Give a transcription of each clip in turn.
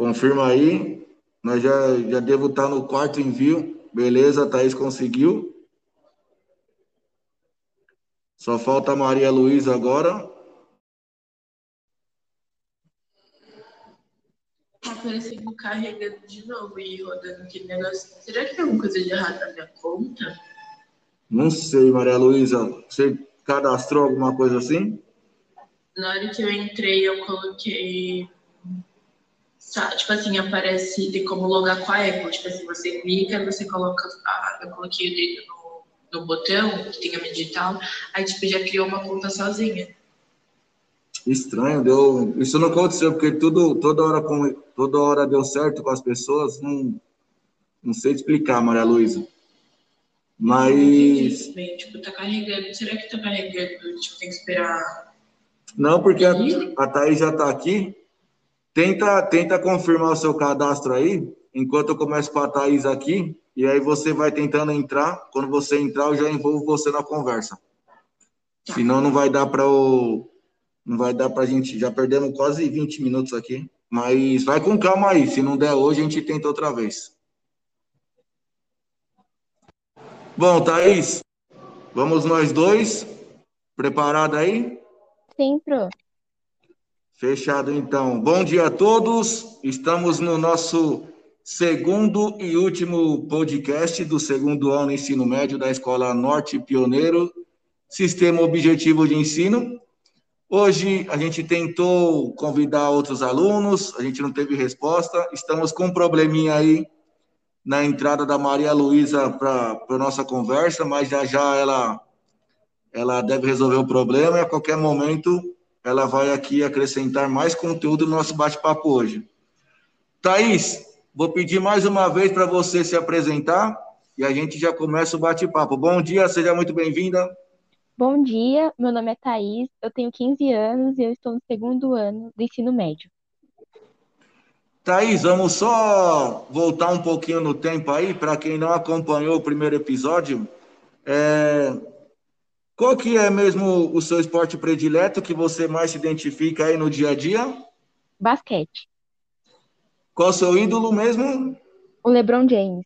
Confirma aí. Nós já devo estar no quarto envio. Beleza, a Thaís conseguiu. Só falta a Maria Luísa agora. Tá aparecendo carregando de novo e rodando aquele negócio. Será que tem alguma coisa de errado na minha conta? Não sei, Maria Luísa. Você cadastrou alguma coisa assim? Na hora que eu entrei, eu coloquei. Tipo assim, aparece de como logar com a Apple. Tipo assim, você clica, você coloca. Eu coloquei o dedo no botão, que tem a mídia e tal. Aí, tipo, já criou uma conta sozinha. Estranho, deu. Isso não aconteceu, porque toda hora deu certo com as pessoas. Não sei te explicar, Maria Luísa. Não entendi Mas. também. Tipo, tá carregando. Será que tá carregando? Tipo, tem que esperar. Não, porque a, Ir? a Thaís já está aqui. Tenta confirmar o seu cadastro aí, enquanto eu começo com a Thaís aqui, e aí você vai tentando entrar. Quando você entrar, eu já envolvo você na conversa. Tá. Senão não vai dar pra gente. Já perdemos quase 20 minutos aqui. Mas vai com calma aí. Se não der hoje, a gente tenta outra vez. Bom, Thaís, vamos nós dois. Preparado aí? Sim, pro. Fechado então. Bom dia a todos. Estamos no nosso segundo e último podcast do segundo ano ensino médio da Escola Norte Pioneiro, Sistema Objetivo de Ensino. Hoje a gente tentou convidar outros alunos, a gente não teve resposta. Estamos com um probleminha aí na entrada da Maria Luísa para a nossa conversa, mas já ela deve resolver o problema e a qualquer momento ela vai aqui acrescentar mais conteúdo no nosso bate-papo hoje. Thaís, vou pedir mais uma vez para você se apresentar e a gente já começa o bate-papo. Bom dia, seja muito bem-vinda. Bom dia, meu nome é Thaís, eu tenho 15 anos e eu estou no segundo ano do ensino médio. Thaís, vamos só voltar um pouquinho no tempo aí, para quem não acompanhou o primeiro episódio. É, Qual que é mesmo o seu esporte predileto que você mais se identifica aí no dia a dia? Basquete. Qual o seu ídolo mesmo? O LeBron James.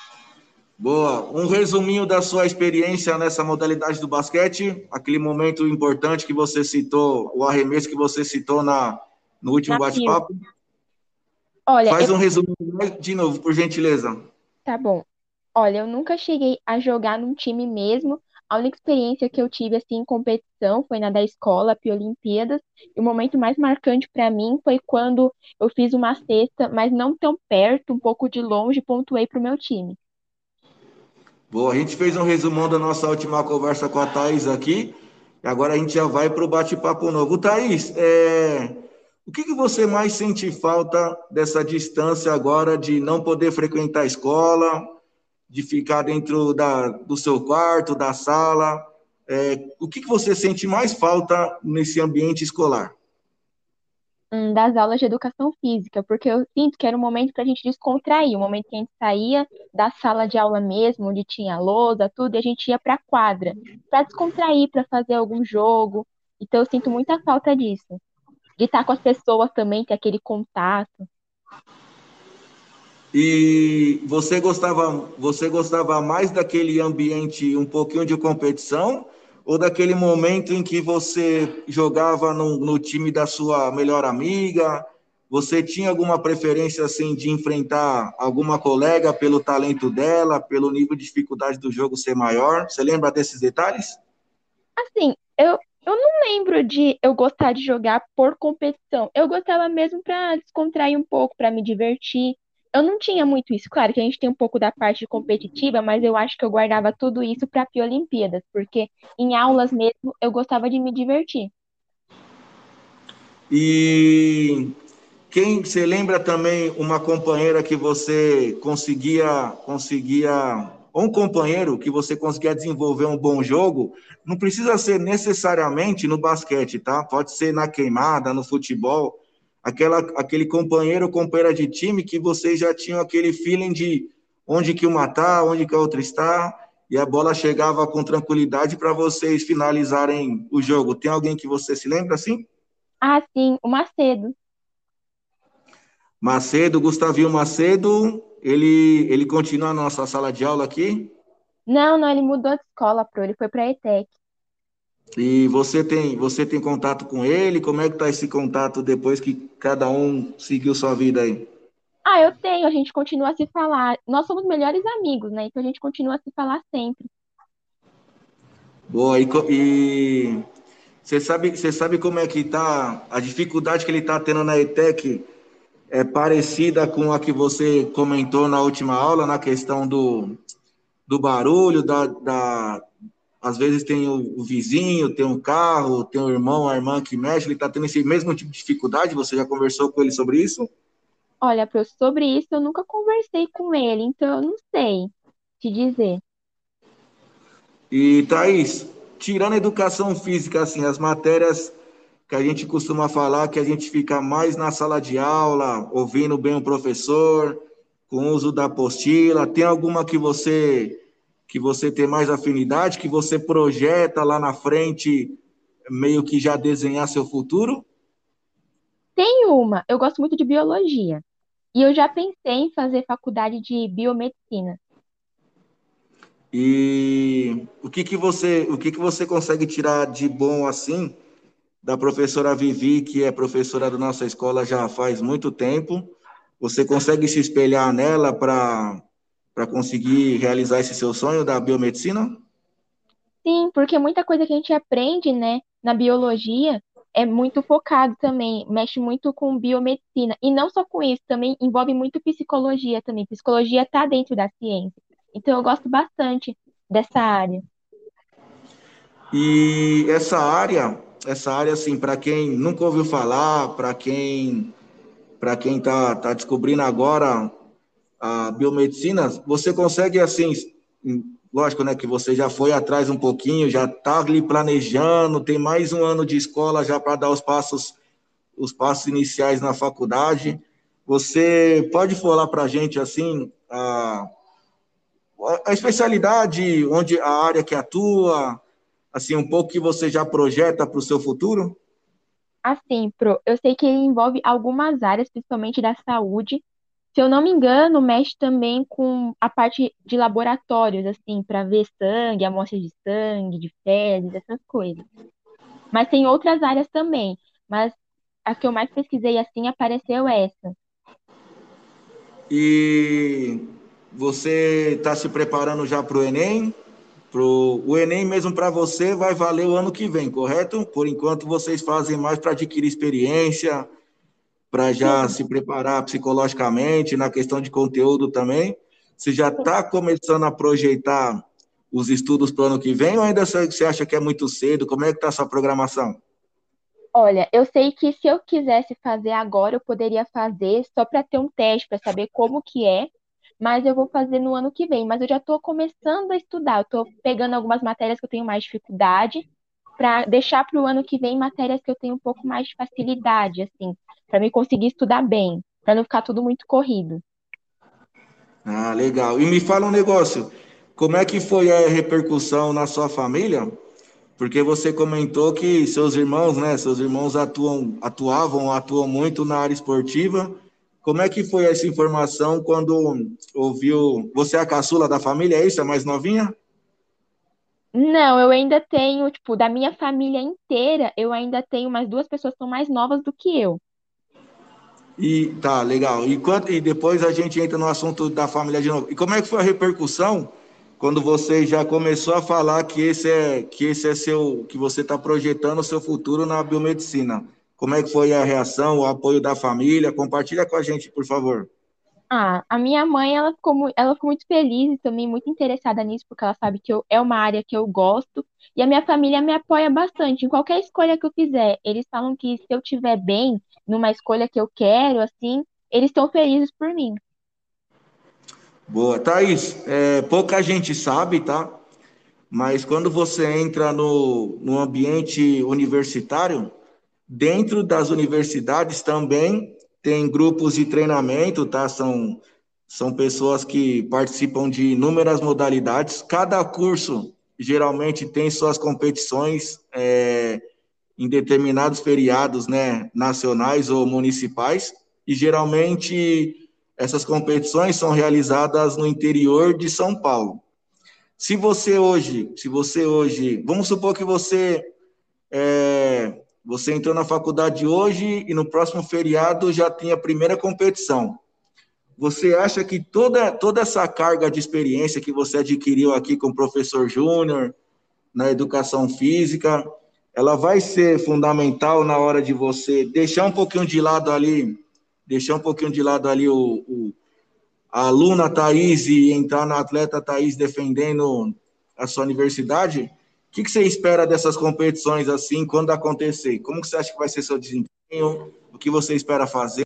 Boa. Um resuminho da sua experiência nessa modalidade do basquete, aquele momento importante que você citou, o arremesso que você citou no último Na Pio. bate-papo. Olha, Faz um resuminho de novo, por gentileza. tá bom. Olha, eu nunca cheguei a jogar num time mesmo. A única experiência que eu tive assim em competição foi na da escola, Piolimpíadas. E o momento mais marcante para mim foi quando eu fiz uma cesta, mas não tão perto, um pouco de longe, pontuei pro meu time. Boa, a gente fez um resumão da nossa última conversa com a Thaís aqui, e agora a gente já vai para o bate-papo novo. Thaís, o que você mais sente falta dessa distância agora de não poder frequentar a escola, de ficar dentro do seu quarto, da sala? O que você sente mais falta nesse ambiente escolar? Das aulas de educação física, porque eu sinto que era um momento para a gente descontrair, um momento que a gente saía da sala de aula mesmo, onde tinha lousa, tudo, e a gente ia para a quadra, para descontrair, para fazer algum jogo. Então eu sinto muita falta disso, de estar com as pessoas também, ter aquele contato. E você gostava mais daquele ambiente um pouquinho de competição ou daquele momento em que você jogava no time da sua melhor amiga? Você tinha alguma preferência assim de enfrentar alguma colega pelo talento dela, pelo nível de dificuldade do jogo ser maior? Você lembra desses detalhes? Assim, eu não lembro de eu gostar de jogar por competição. Eu gostava mesmo para descontrair um pouco, para me divertir. Eu não tinha muito isso. Claro que a gente tem um pouco da parte competitiva, mas eu acho que eu guardava tudo isso para Olimpíadas, porque em aulas mesmo eu gostava de me divertir. E quem você lembra também uma companheira que você conseguia ou um companheiro que você conseguia desenvolver um bom jogo? Não precisa ser necessariamente no basquete, tá? Pode ser na queimada, no futebol. Aquele companheiro ou companheira de time que vocês já tinham aquele feeling de onde que uma tá, onde que a outra está, e a bola chegava com tranquilidade para vocês finalizarem o jogo. Tem alguém que você se lembra assim? Ah, sim, o Macedo. Macedo, Gustavinho Macedo, ele continua na nossa sala de aula aqui? Não, não, ele mudou de escola, ele foi pra ETEC. E você tem contato com ele? Como é que tá esse contato depois que cada um seguiu sua vida aí? Ah, eu tenho, a gente continua a se falar. Nós somos melhores amigos, né? Então a gente continua a se falar sempre. Boa, e você sabe como é que tá a dificuldade que ele está tendo na ETEC é parecida com a que você comentou na última aula, na questão do barulho, às vezes tem o vizinho, tem um carro, tem o irmão, a irmã que mexe, ele está tendo esse mesmo tipo de dificuldade, você já conversou com ele sobre isso? Olha, sobre isso eu nunca conversei com ele, então eu não sei te dizer. E, Thaís, tirando a educação física, assim, as matérias que a gente costuma falar, que a gente fica mais na sala de aula, ouvindo bem o professor, com o uso da apostila, tem alguma que você tem mais afinidade, que você projeta lá na frente, meio que já desenhar seu futuro? Tem uma, eu gosto muito de biologia. E eu já pensei em fazer faculdade de biomedicina. E o que que você consegue tirar de bom assim da professora Vivi, que é professora da nossa escola já faz muito tempo? Você consegue se espelhar nela para conseguir realizar esse seu sonho da biomedicina? Sim, porque muita coisa que a gente aprende, né, na biologia é muito focado também, mexe muito com biomedicina. E não só com isso, também envolve muito psicologia também. Psicologia está dentro da ciência. Então eu gosto bastante dessa área. E essa área assim, para quem nunca ouviu falar, para quem tá descobrindo agora a biomedicina, você consegue assim, lógico, né, que você já foi atrás um pouquinho, já está ali planejando, tem mais um ano de escola já para dar os passos iniciais na faculdade. Você pode falar para a gente assim a especialidade, onde a área que atua, assim um pouco que você já projeta para o seu futuro? Assim, eu sei que ele envolve algumas áreas, principalmente da saúde. Se eu não me engano, mexe também com a parte de laboratórios, assim, para ver sangue, amostra de sangue, de fezes, essas coisas. Mas tem outras áreas também. Mas a que eu mais pesquisei assim apareceu essa. E você está se preparando já para o Enem? O Enem mesmo para você vai valer o ano que vem, correto? Por enquanto vocês fazem mais para adquirir experiência, para já Sim, se preparar psicologicamente, na questão de conteúdo também. Você já sim. está começando a projetar os estudos para o ano que vem ou ainda você acha que é muito cedo? Como é que está a sua programação? Olha, eu sei que se eu quisesse fazer agora, eu poderia fazer só para ter um teste, para saber como que é, mas eu vou fazer no ano que vem. Mas eu já estou começando a estudar, eu estou pegando algumas matérias que eu tenho mais dificuldade, para deixar para o ano que vem matérias que eu tenho um pouco mais de facilidade, assim, para me conseguir estudar bem, para não ficar tudo muito corrido. Ah, legal. E me fala um negócio, como é que foi a repercussão na sua família? Porque você comentou que seus irmãos, né, seus irmãos atuam muito na área esportiva. Como é que foi essa informação quando ouviu? Você é a caçula da família, é isso? É mais novinha? Não, eu ainda tenho, tipo, da minha família inteira, eu ainda tenho mais duas pessoas que são mais novas do que eu. E tá, legal. E depois a gente entra no assunto da família de novo. E como é que foi a repercussão quando você já começou a falar que esse é seu, que você está projetando o seu futuro na biomedicina? Como é que foi a reação, o apoio da família? Compartilha com a gente, por favor. Ah, a minha mãe, ela ficou muito feliz e também muito interessada nisso, porque ela sabe que é uma área que eu gosto. E a minha família me apoia bastante em qualquer escolha que eu fizer. Eles falam que se eu estiver bem numa escolha que eu quero, assim, eles estão felizes por mim. Boa, Thaís, pouca gente sabe, tá? Mas quando você entra no ambiente universitário, dentro das universidades também tem grupos de treinamento, tá? São pessoas que participam de inúmeras modalidades. Cada curso geralmente tem suas competições em determinados feriados, né, nacionais ou municipais. e geralmente essas competições são realizadas no interior de São Paulo. Se você hoje, vamos supor que você entrou na faculdade hoje e no próximo feriado já tem a primeira competição. Você acha que toda essa carga de experiência que você adquiriu aqui com o professor Júnior, na educação física, ela vai ser fundamental na hora de você deixar um pouquinho de lado ali a aluna Thaís e entrar na atleta Thaís defendendo a sua universidade? O que você espera dessas competições assim quando acontecer? Como que você acha que vai ser seu desempenho? O que você espera fazer?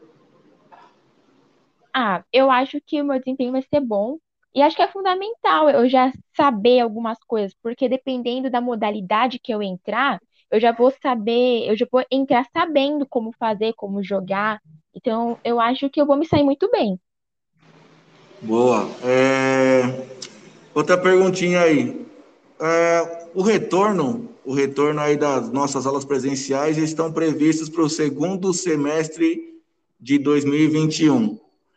Eu acho que o meu desempenho vai ser bom. E acho que é fundamental eu já saber algumas coisas, porque dependendo da modalidade que eu entrar, eu já vou entrar sabendo como fazer, como jogar. Então, eu acho que eu vou me sair muito bem. Boa. Outra perguntinha aí. O retorno aí das nossas aulas presenciais estão previstos para o segundo semestre de 2021.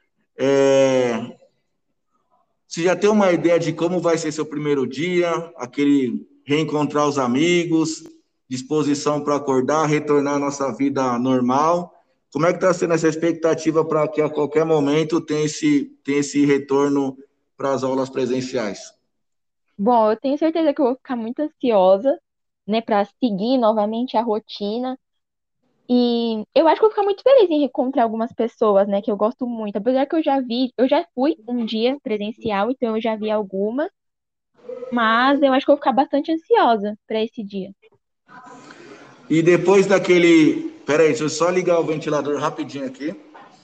Você já tem uma ideia de como vai ser seu primeiro dia, aquele reencontrar os amigos, disposição para acordar, retornar à nossa vida normal? Como é que está sendo essa expectativa para que a qualquer momento tenha esse retorno para as aulas presenciais? Bom, eu tenho certeza que eu vou ficar muito ansiosa, né, para seguir novamente a rotina. E eu acho que eu vou ficar muito feliz em reencontrar algumas pessoas, né, que eu gosto muito. Apesar que eu já fui um dia presencial, então eu já vi algumas, mas eu acho que eu vou ficar bastante ansiosa para esse dia. E depois daquele. Peraí, deixa eu só ligar o ventilador rapidinho aqui.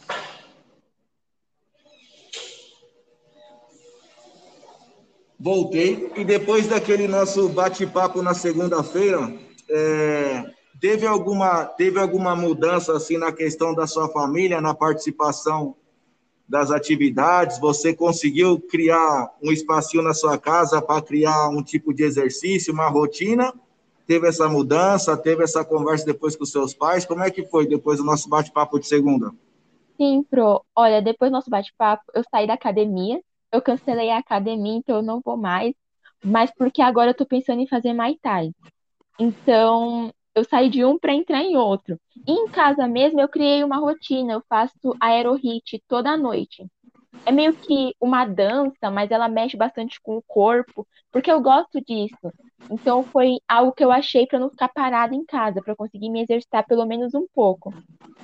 Voltei. E depois daquele nosso bate-papo na segunda-feira, teve alguma mudança assim na questão da sua família, na participação das atividades? Você conseguiu criar um espacinho na sua casa para criar um tipo de exercício, uma rotina? Teve essa mudança? Teve essa conversa depois com os seus pais? Como é que foi depois do nosso bate-papo de segunda? Sim, Pro. Olha, depois do nosso bate-papo, eu saí da academia. Eu cancelei a academia, então eu não vou mais. Mas porque agora eu tô pensando em fazer Muay Thai. Então, eu saí de um para entrar em outro. E em casa mesmo, eu criei uma rotina. Eu faço aerobik toda noite. É meio que uma dança, mas ela mexe bastante com o corpo, porque eu gosto disso. Então, foi algo que eu achei para não ficar parada em casa, para conseguir me exercitar pelo menos um pouco.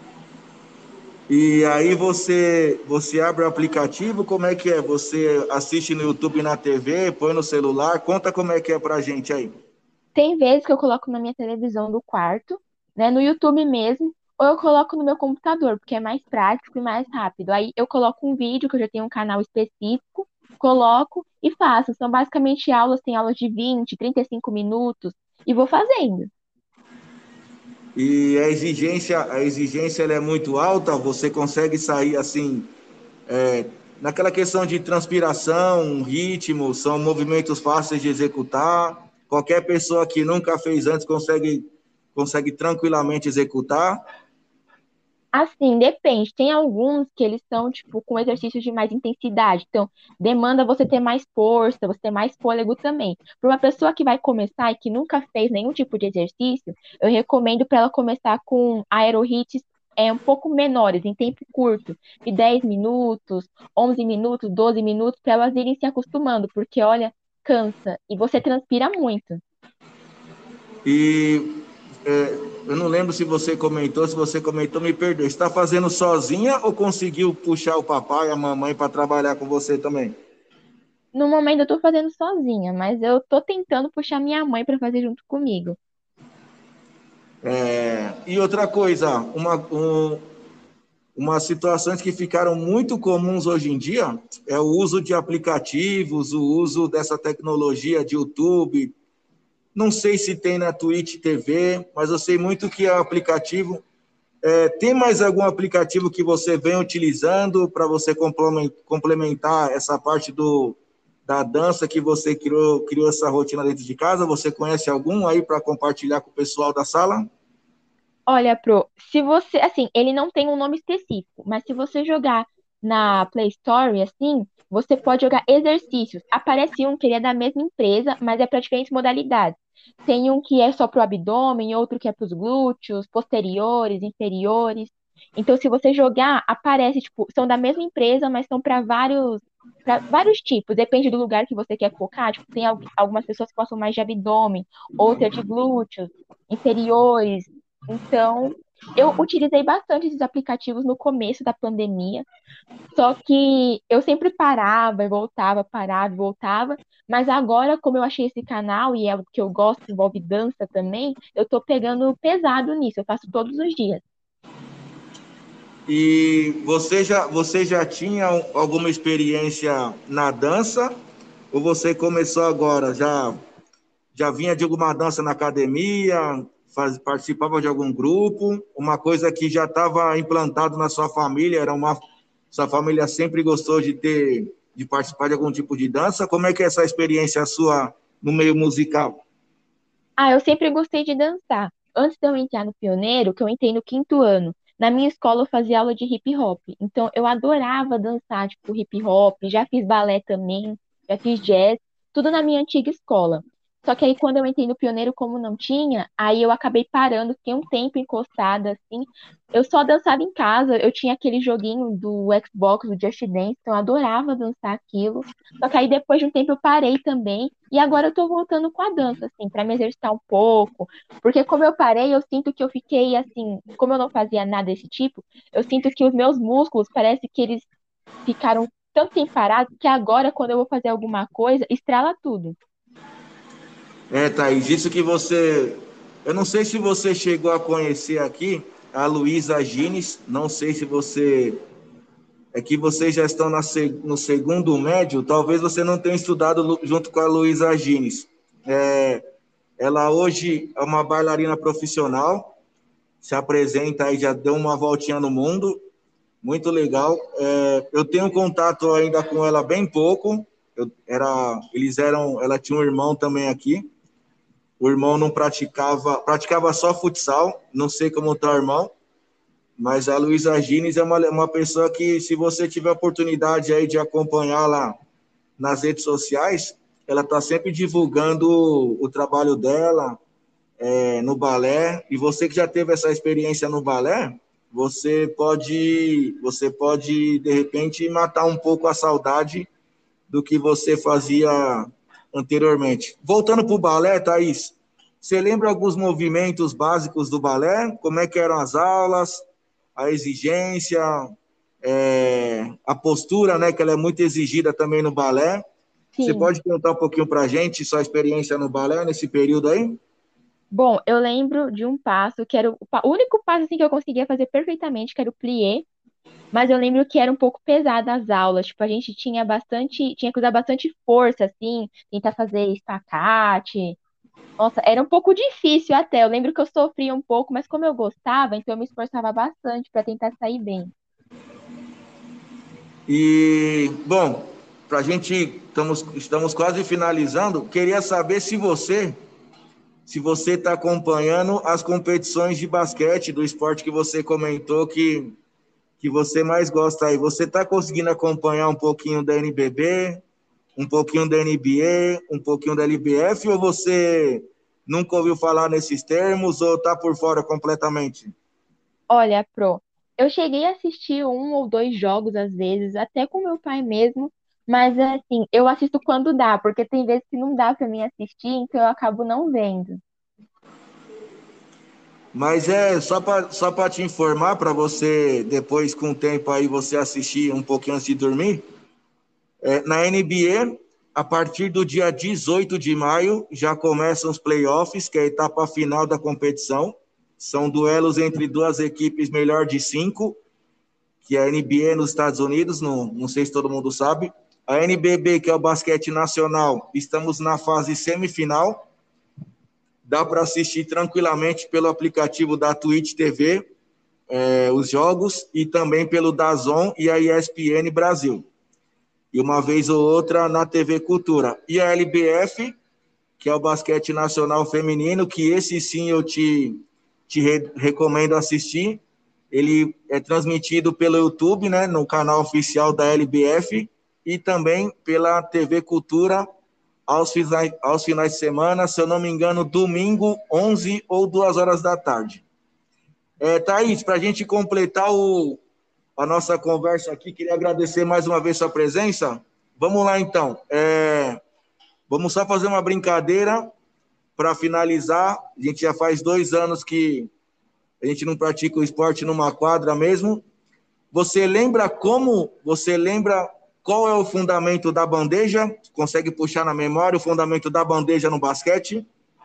E aí você abre o aplicativo, como é que é? Você assiste no YouTube e na TV, põe no celular, conta como é que é pra gente aí. Tem vezes que eu coloco na minha televisão do quarto, né, no YouTube mesmo, ou eu coloco no meu computador, porque é mais prático e mais rápido. Aí eu coloco um vídeo, que eu já tenho um canal específico, coloco e faço. São basicamente aulas, tem aulas de 20, 35 minutos, e vou fazendo. E a exigência ela é muito alta, você consegue sair assim, naquela questão de transpiração, ritmo, são movimentos fáceis de executar. Qualquer pessoa que nunca fez antes consegue tranquilamente executar. Assim, depende. Tem alguns que eles são, tipo, com exercícios de mais intensidade. Então, demanda você ter mais força, você ter mais fôlego também. Para uma pessoa que vai começar e que nunca fez nenhum tipo de exercício, eu recomendo para ela começar com aero-hits um pouco menores, em tempo curto, de 10 minutos, 11 minutos, 12 minutos, para elas irem se acostumando, porque, olha, cansa e você transpira muito. E eu não lembro se você comentou, me perdoe. Está fazendo sozinha ou conseguiu puxar o papai e a mamãe para trabalhar com você também? No momento eu tô fazendo sozinha, mas eu tô tentando puxar minha mãe para fazer junto comigo. E outra coisa, umas situações que ficaram muito comuns hoje em dia é o uso de aplicativos, o uso dessa tecnologia de YouTube. Não sei se tem na Twitch TV, mas eu sei muito que é aplicativo. Tem mais algum aplicativo que você vem utilizando para você complementar essa parte da dança que você criou essa rotina dentro de casa? Você conhece algum aí para compartilhar com o pessoal da sala? Olha, Pro, se você, assim, ele não tem um nome específico, mas se você jogar na Play Store, assim, você pode jogar exercícios. Aparece um que ele é da mesma empresa, mas é para diferentes modalidades. Tem um que é só pro abdômen, outro que é pros glúteos, posteriores, inferiores. Então, se você jogar, aparece, tipo, são da mesma empresa, mas são para vários tipos. Depende do lugar que você quer focar. Tipo, tem algumas pessoas que gostam mais de abdômen, outra de glúteos, inferiores. Então, eu utilizei bastante esses aplicativos no começo da pandemia, só que eu sempre parava e voltava, parava e voltava, mas agora, como eu achei esse canal e é o que eu gosto, envolve dança também, eu tô pegando pesado nisso, eu faço todos os dias. E você já tinha alguma experiência na dança? Ou você começou agora? Já vinha de alguma dança na academia? Participava de algum grupo? Uma coisa que já estava implantado na sua família? Sua família sempre gostou de participar de algum tipo de dança? Como é que é essa experiência sua no meio musical? Ah, eu sempre gostei de dançar. Antes de eu entrar no pioneiro, que eu entrei no quinto ano, na minha escola eu fazia aula de hip hop. Então eu adorava dançar, tipo, hip hop, já fiz balé também, já fiz jazz, tudo na minha antiga escola. Só que aí quando eu entrei no pioneiro, como não tinha, aí eu acabei parando, fiquei um tempo encostada assim. Eu só dançava em casa, eu tinha aquele joguinho do Xbox, do Just Dance, então eu adorava dançar aquilo. Só que aí depois de um tempo eu parei também. E agora eu tô voltando com a dança, assim, pra me exercitar um pouco. Porque como eu parei, eu sinto que eu fiquei assim, como eu não fazia nada desse tipo, eu sinto que os meus músculos parece que eles ficaram tanto tempo parados que agora, quando eu vou fazer alguma coisa, estrala tudo. Thaís, isso que você. Eu não sei se você chegou a conhecer aqui a Luísa Gines, não sei se você. É que vocês já estão no segundo médio, talvez você não tenha estudado junto com a Luísa Gines. É, ela hoje é uma bailarina profissional, se apresenta aí, já deu uma voltinha no mundo, muito legal. Eu tenho contato ainda com ela bem pouco. Ela tinha um irmão também aqui. O irmão não praticava só futsal. Não sei como está o irmão, mas a Luísa Gines é uma pessoa que, se você tiver oportunidade aí de acompanhá-la nas redes sociais, ela está sempre divulgando o trabalho dela, no balé. E você que já teve essa experiência no balé, você pode de repente matar um pouco a saudade do que você fazia anteriormente. Voltando para o balé, Thaís, você lembra alguns movimentos básicos do balé? Como é que eram as aulas, a exigência, a postura, né, que ela é muito exigida também no balé. Você Sim. pode contar um pouquinho para a gente sua experiência no balé nesse período aí? Bom, eu lembro de um passo que era o único passo assim que eu conseguia fazer perfeitamente, que era o plié, mas eu lembro que era um pouco pesado as aulas, tipo, a gente tinha que usar bastante força assim, tentar fazer espacate. Nossa, era um pouco difícil até. Eu lembro que eu sofria um pouco, mas como eu gostava, então eu me esforçava bastante para tentar sair bem. E, bom, para a gente, estamos quase finalizando, queria saber se você está acompanhando as competições de basquete do esporte que você comentou que você mais gosta aí. Você está conseguindo acompanhar um pouquinho da NBB, um pouquinho da NBA, um pouquinho da LBF, ou você nunca ouviu falar nesses termos ou está por fora completamente? Olha, Pro, eu cheguei a assistir um ou dois jogos às vezes, até com meu pai mesmo, mas assim, eu assisto quando dá, porque tem vezes que não dá para mim assistir, então eu acabo não vendo. Mas só para te informar, para você depois, com o tempo aí, você assistir um pouquinho antes de dormir. Na NBA, a partir do dia 18 de maio, já começam os playoffs, que é a etapa final da competição. São duelos entre duas equipes melhor de cinco, que é a NBA nos Estados Unidos, não sei se todo mundo sabe. A NBB, que é o basquete nacional, estamos na fase semifinal. Dá para assistir tranquilamente pelo aplicativo da Twitch TV, os jogos, e também pelo DAZN e a ESPN Brasil. E uma vez ou outra na TV Cultura. E a LBF, que é o basquete nacional feminino, que esse sim recomendo assistir. Ele é transmitido pelo YouTube, né, no canal oficial da LBF e também pela TV Cultura aos finais de semana, se eu não me engano, domingo, 11 ou 2 horas da tarde. Thaís, para a gente completar a nossa conversa aqui, queria agradecer mais uma vez sua presença. Vamos lá, então. Vamos só fazer uma brincadeira para finalizar. A gente já faz 2 anos que a gente não pratica o esporte numa quadra mesmo. Você lembra qual é o fundamento da bandeja? Consegue puxar na memória o fundamento da bandeja no basquete?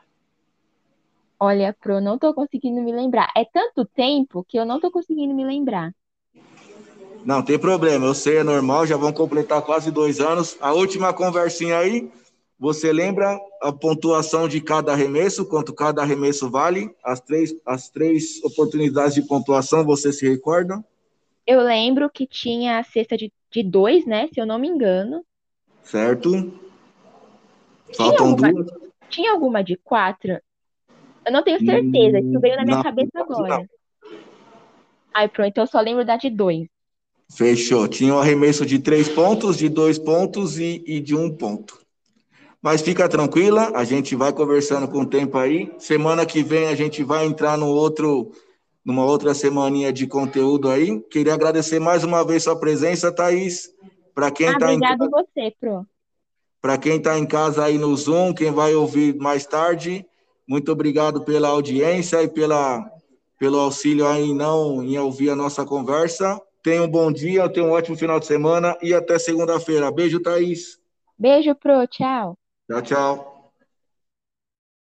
Olha, Pro, não tô conseguindo me lembrar. É tanto tempo que eu não tô conseguindo me lembrar. Não, tem problema, eu sei, é normal, já vão completar quase 2 anos. A última conversinha aí, você lembra a pontuação de cada arremesso, quanto cada arremesso vale? As três oportunidades de pontuação, você se recorda? Eu lembro que tinha a cesta de dois, né? Se eu não me engano. Certo? Tinha Faltam alguma, 2? tinha alguma de quatro? Eu não tenho certeza, isso veio na minha Não, cabeça não. agora. Ai, pronto, então eu só lembro da de dois. Fechou. Tinha um arremesso de 3 pontos, de 2 pontos e de 1 ponto. Mas fica tranquila, a gente vai conversando com o tempo aí. Semana que vem a gente vai entrar numa outra semaninha de conteúdo aí. Queria agradecer mais uma vez sua presença, Thaís. Para quem Ah, está em obrigado casa, você, Pro. para quem tá em casa aí no Zoom, quem vai ouvir mais tarde, muito obrigado pela audiência e pelo auxílio aí não em ouvir a nossa conversa. Tenha um bom dia, tenha um ótimo final de semana e até segunda-feira. Beijo, Thaís. Beijo, Pro, tchau. Tchau, tchau.